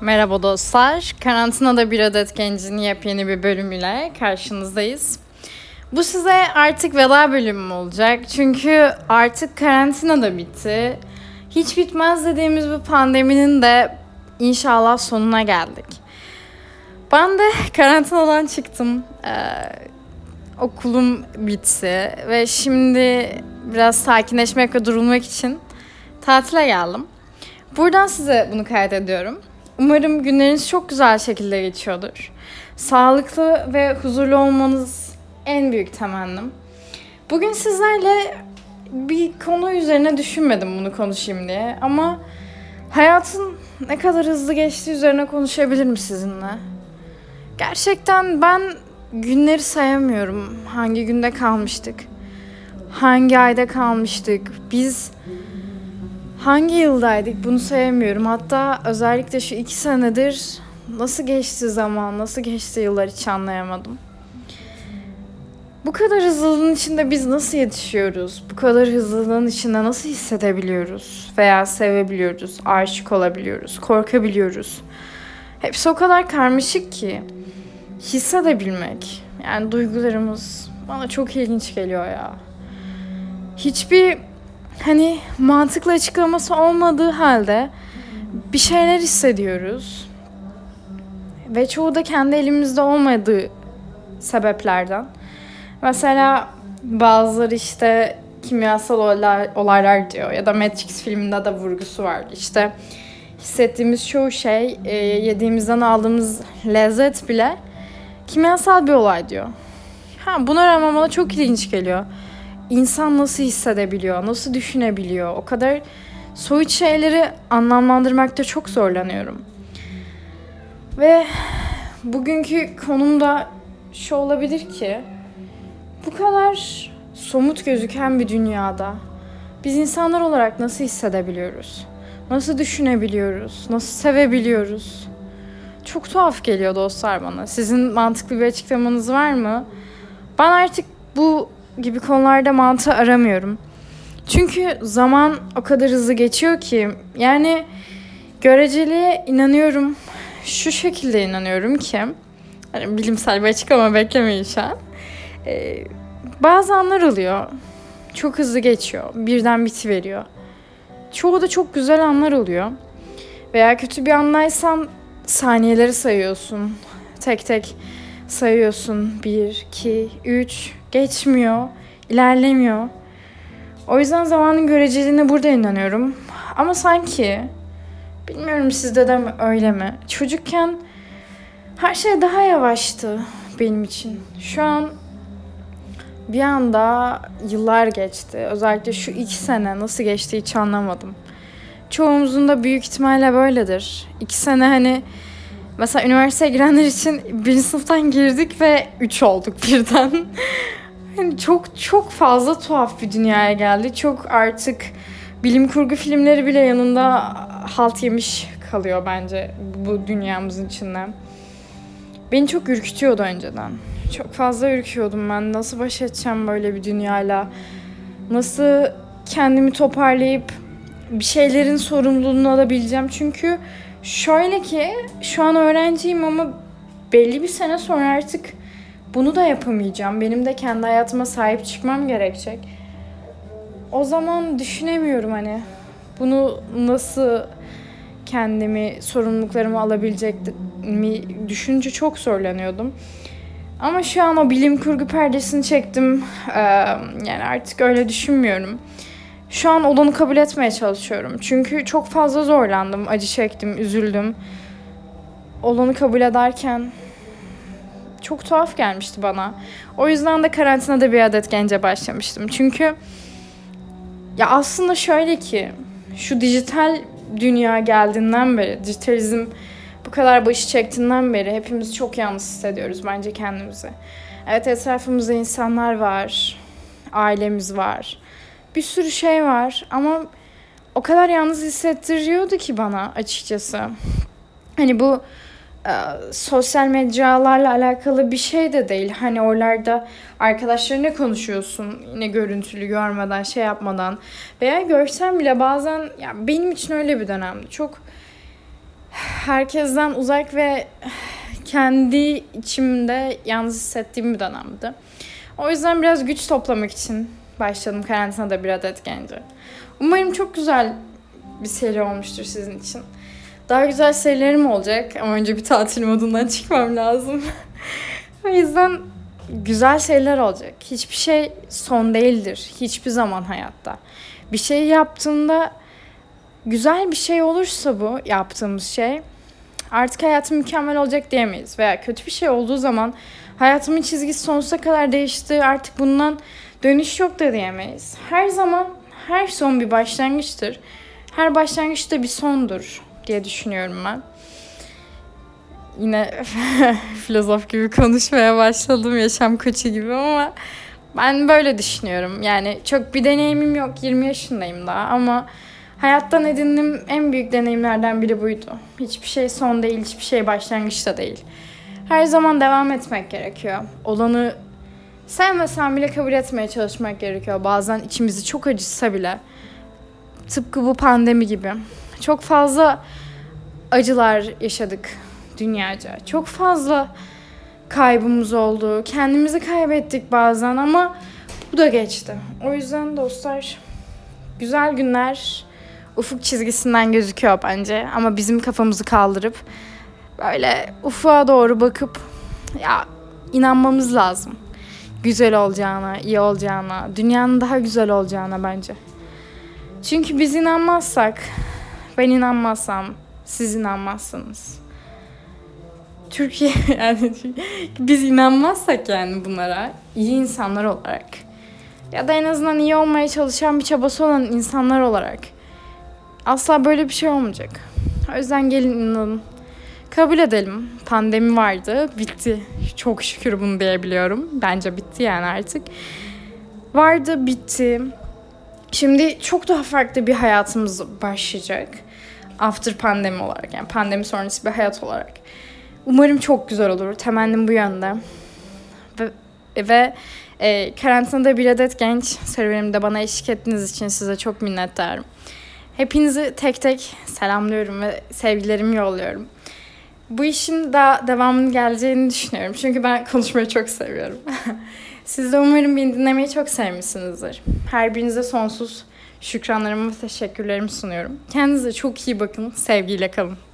Merhaba dostlar. Karantinada bir adet gencin yepyeni bir bölümüyle karşınızdayız. Bu size artık veda bölümü olacak. Çünkü artık karantina da bitti. Hiç bitmez dediğimiz bu pandeminin de inşallah sonuna geldik. Ben de karantinadan çıktım. Okulum bitti ve şimdi biraz sakinleşmek ve durulmak için tatile geldim. Buradan size bunu kaydediyorum. Umarım günleriniz çok güzel şekilde geçiyordur. Sağlıklı ve huzurlu olmanız en büyük temennim. Bugün sizlerle bir konu üzerine düşünmedim bunu konuşayım diye. Ama hayatın ne kadar hızlı geçtiği üzerine konuşabilirim sizinle. Gerçekten ben günleri sayamıyorum. Hangi günde kalmıştık? Hangi ayda kalmıştık? Biz hangi yıldaydık bunu sayamıyorum. Hatta özellikle şu 2 senedir nasıl geçti zaman, nasıl geçti yıllar hiç anlayamadım. Bu kadar hızlılığın içinde biz nasıl yetişiyoruz? Bu kadar hızlılığın içinde nasıl hissedebiliyoruz? Veya sevebiliyoruz, aşık olabiliyoruz, korkabiliyoruz. Hepsi o kadar karmaşık ki hissedebilmek, yani duygularımız bana çok ilginç geliyor ya. Hiçbir mantıklı açıklaması olmadığı halde bir şeyler hissediyoruz. Ve çoğu da kendi elimizde olmadığı sebeplerden. Mesela bazıları işte kimyasal olaylar diyor ya da Matrix filminde de vurgusu var. İşte hissettiğimiz çoğu şey, yediğimizden aldığımız lezzet bile kimyasal bir olay diyor. Buna rağmen bana çok ilginç geliyor. İnsan nasıl hissedebiliyor, nasıl düşünebiliyor? O kadar soyut şeyleri anlamlandırmakta çok zorlanıyorum. Ve bugünkü konum da şu olabilir ki, bu kadar somut gözüken bir dünyada biz insanlar olarak nasıl hissedebiliyoruz? Nasıl düşünebiliyoruz? Nasıl sevebiliyoruz? Çok tuhaf geliyor dostlar bana. Sizin mantıklı bir açıklamanız var mı? Ben artık bu gibi konularda mantığı aramıyorum. Çünkü zaman o kadar hızlı geçiyor ki, yani göreceliğe inanıyorum. Şu şekilde inanıyorum ki, bilimsel bir açıklama beklemeyin şu an. Bazı anlar oluyor. Çok hızlı geçiyor. Birden bitiveriyor. Çoğu da çok güzel anlar oluyor. Veya kötü bir andaysan saniyeleri sayıyorsun. Tek tek sayıyorsun. 1, 2, 3 geçmiyor, ilerlemiyor. O yüzden zamanın göreceliğine burada inanıyorum. Ama sanki, bilmiyorum sizde de mi öyle mi? Çocukken her şey daha yavaştı benim için. Şu an bir anda yıllar geçti. Özellikle şu 2 sene nasıl geçti hiç anlamadım. Çoğumuzun da büyük ihtimalle böyledir. 2 sene mesela üniversiteye girenler için 1. sınıftan girdik ve 3 olduk birden. Çok fazla tuhaf bir dünyaya geldi. Çok artık bilim kurgu filmleri bile yanında halt yemiş kalıyor bence bu dünyamızın içinden. Beni çok ürkütüyordu önceden. Çok fazla ürküyordum ben. Nasıl baş edeceğim böyle bir dünyayla? Nasıl kendimi toparlayıp bir şeylerin sorumluluğunu alabileceğim? Çünkü şöyle ki, şu an öğrenciyim ama belli bir sene sonra artık bunu da yapamayacağım. Benim de kendi hayatıma sahip çıkmam gerekecek. O zaman düşünemiyorum bunu nasıl kendimi, sorumluluklarımı alabilecekmi düşünce çok zorlanıyordum. Ama şu an o bilim kurgu perdesini çektim. Yani artık öyle düşünmüyorum. Şu an olanı kabul etmeye çalışıyorum. Çünkü çok fazla zorlandım, acı çektim, üzüldüm. Olanı kabul ederken çok tuhaf gelmişti bana. O yüzden de karantinada bir adet gence başlamıştım. Çünkü ya aslında şöyle ki, şu dijital dünya geldiğinden beri, dijitalizm bu kadar başı çektiğinden beri hepimiz çok yalnız hissediyoruz bence kendimizi. Evet, etrafımızda insanlar var, ailemiz var, bir sürü şey var ama o kadar yalnız hissettiriyordu ki bana açıkçası. Bu sosyal mecralarla alakalı bir şey de değil. Oralarda arkadaşlarına konuşuyorsun yine görüntülü, görmeden, şey yapmadan veya görsen bile bazen, ya benim için öyle bir dönemdi. Çok herkesten uzak ve kendi içimde yalnız hissettiğim bir dönemdi. O yüzden biraz güç toplamak için başladım karantinada bir adet gence. Umarım çok güzel bir seri olmuştur sizin için. Daha güzel serilerim olacak ama önce bir tatil modundan çıkmam lazım. O yüzden güzel şeyler olacak. Hiçbir şey son değildir. Hiçbir zaman hayatta. Bir şey yaptığında güzel bir şey olursa bu yaptığımız şey artık hayatım mükemmel olacak diyemeyiz. Veya kötü bir şey olduğu zaman hayatımın çizgisi sonsuza kadar değişti, artık bundan dönüş yok da diyemeyiz. Her zaman her son bir başlangıçtır. Her başlangıç da bir sondur diye düşünüyorum ben. Yine filozof gibi konuşmaya başladım, yaşam koçu gibi ama ben böyle düşünüyorum. Yani çok bir deneyimim yok, 20 yaşındayım daha ama hayattan edindiğim en büyük deneyimlerden biri buydu. Hiçbir şey son değil, hiçbir şey başlangıç da değil. Her zaman devam etmek gerekiyor. Olanı sevmesen bile kabul etmeye çalışmak gerekiyor. Bazen içimizi çok acıtsa bile. Tıpkı bu pandemi gibi. Çok fazla acılar yaşadık dünyaca. Çok fazla kaybımız oldu. Kendimizi kaybettik bazen ama bu da geçti. O yüzden dostlar, güzel günler ufuk çizgisinden gözüküyor bence. Ama bizim kafamızı kaldırıp böyle ufuğa doğru bakıp ya inanmamız lazım. Güzel olacağına, iyi olacağına, dünyanın daha güzel olacağına bence. Çünkü biz inanmazsak, ben inanmazsam siz inanmazsınız. Türkiye yani biz inanmazsak yani bunlara iyi insanlar olarak ya da en azından iyi olmaya çalışan bir çabası olan insanlar olarak asla böyle bir şey olmayacak. O yüzden gelin inanın. Kabul edelim. Pandemi vardı. Bitti. Çok şükür bunu diyebiliyorum. Bence bitti yani artık. Vardı, bitti. Şimdi çok daha farklı bir hayatımız başlayacak. After pandemi olarak, yani pandemi sonrası bir hayat olarak. Umarım çok güzel olur. Temennim bu yönde. Ve karantinada bir adet genç serüvenimde bana eşlik ettiğiniz için size çok minnettarım. Hepinizi tek tek selamlıyorum ve sevgilerimi yolluyorum. Bu işin daha devamının geleceğini düşünüyorum. Çünkü ben konuşmayı çok seviyorum. Siz de umarım beni dinlemeyi çok sevmişsinizdir. Her birinize sonsuz şükranlarımı ve teşekkürlerimi sunuyorum. Kendinize çok iyi bakın. Sevgiyle kalın.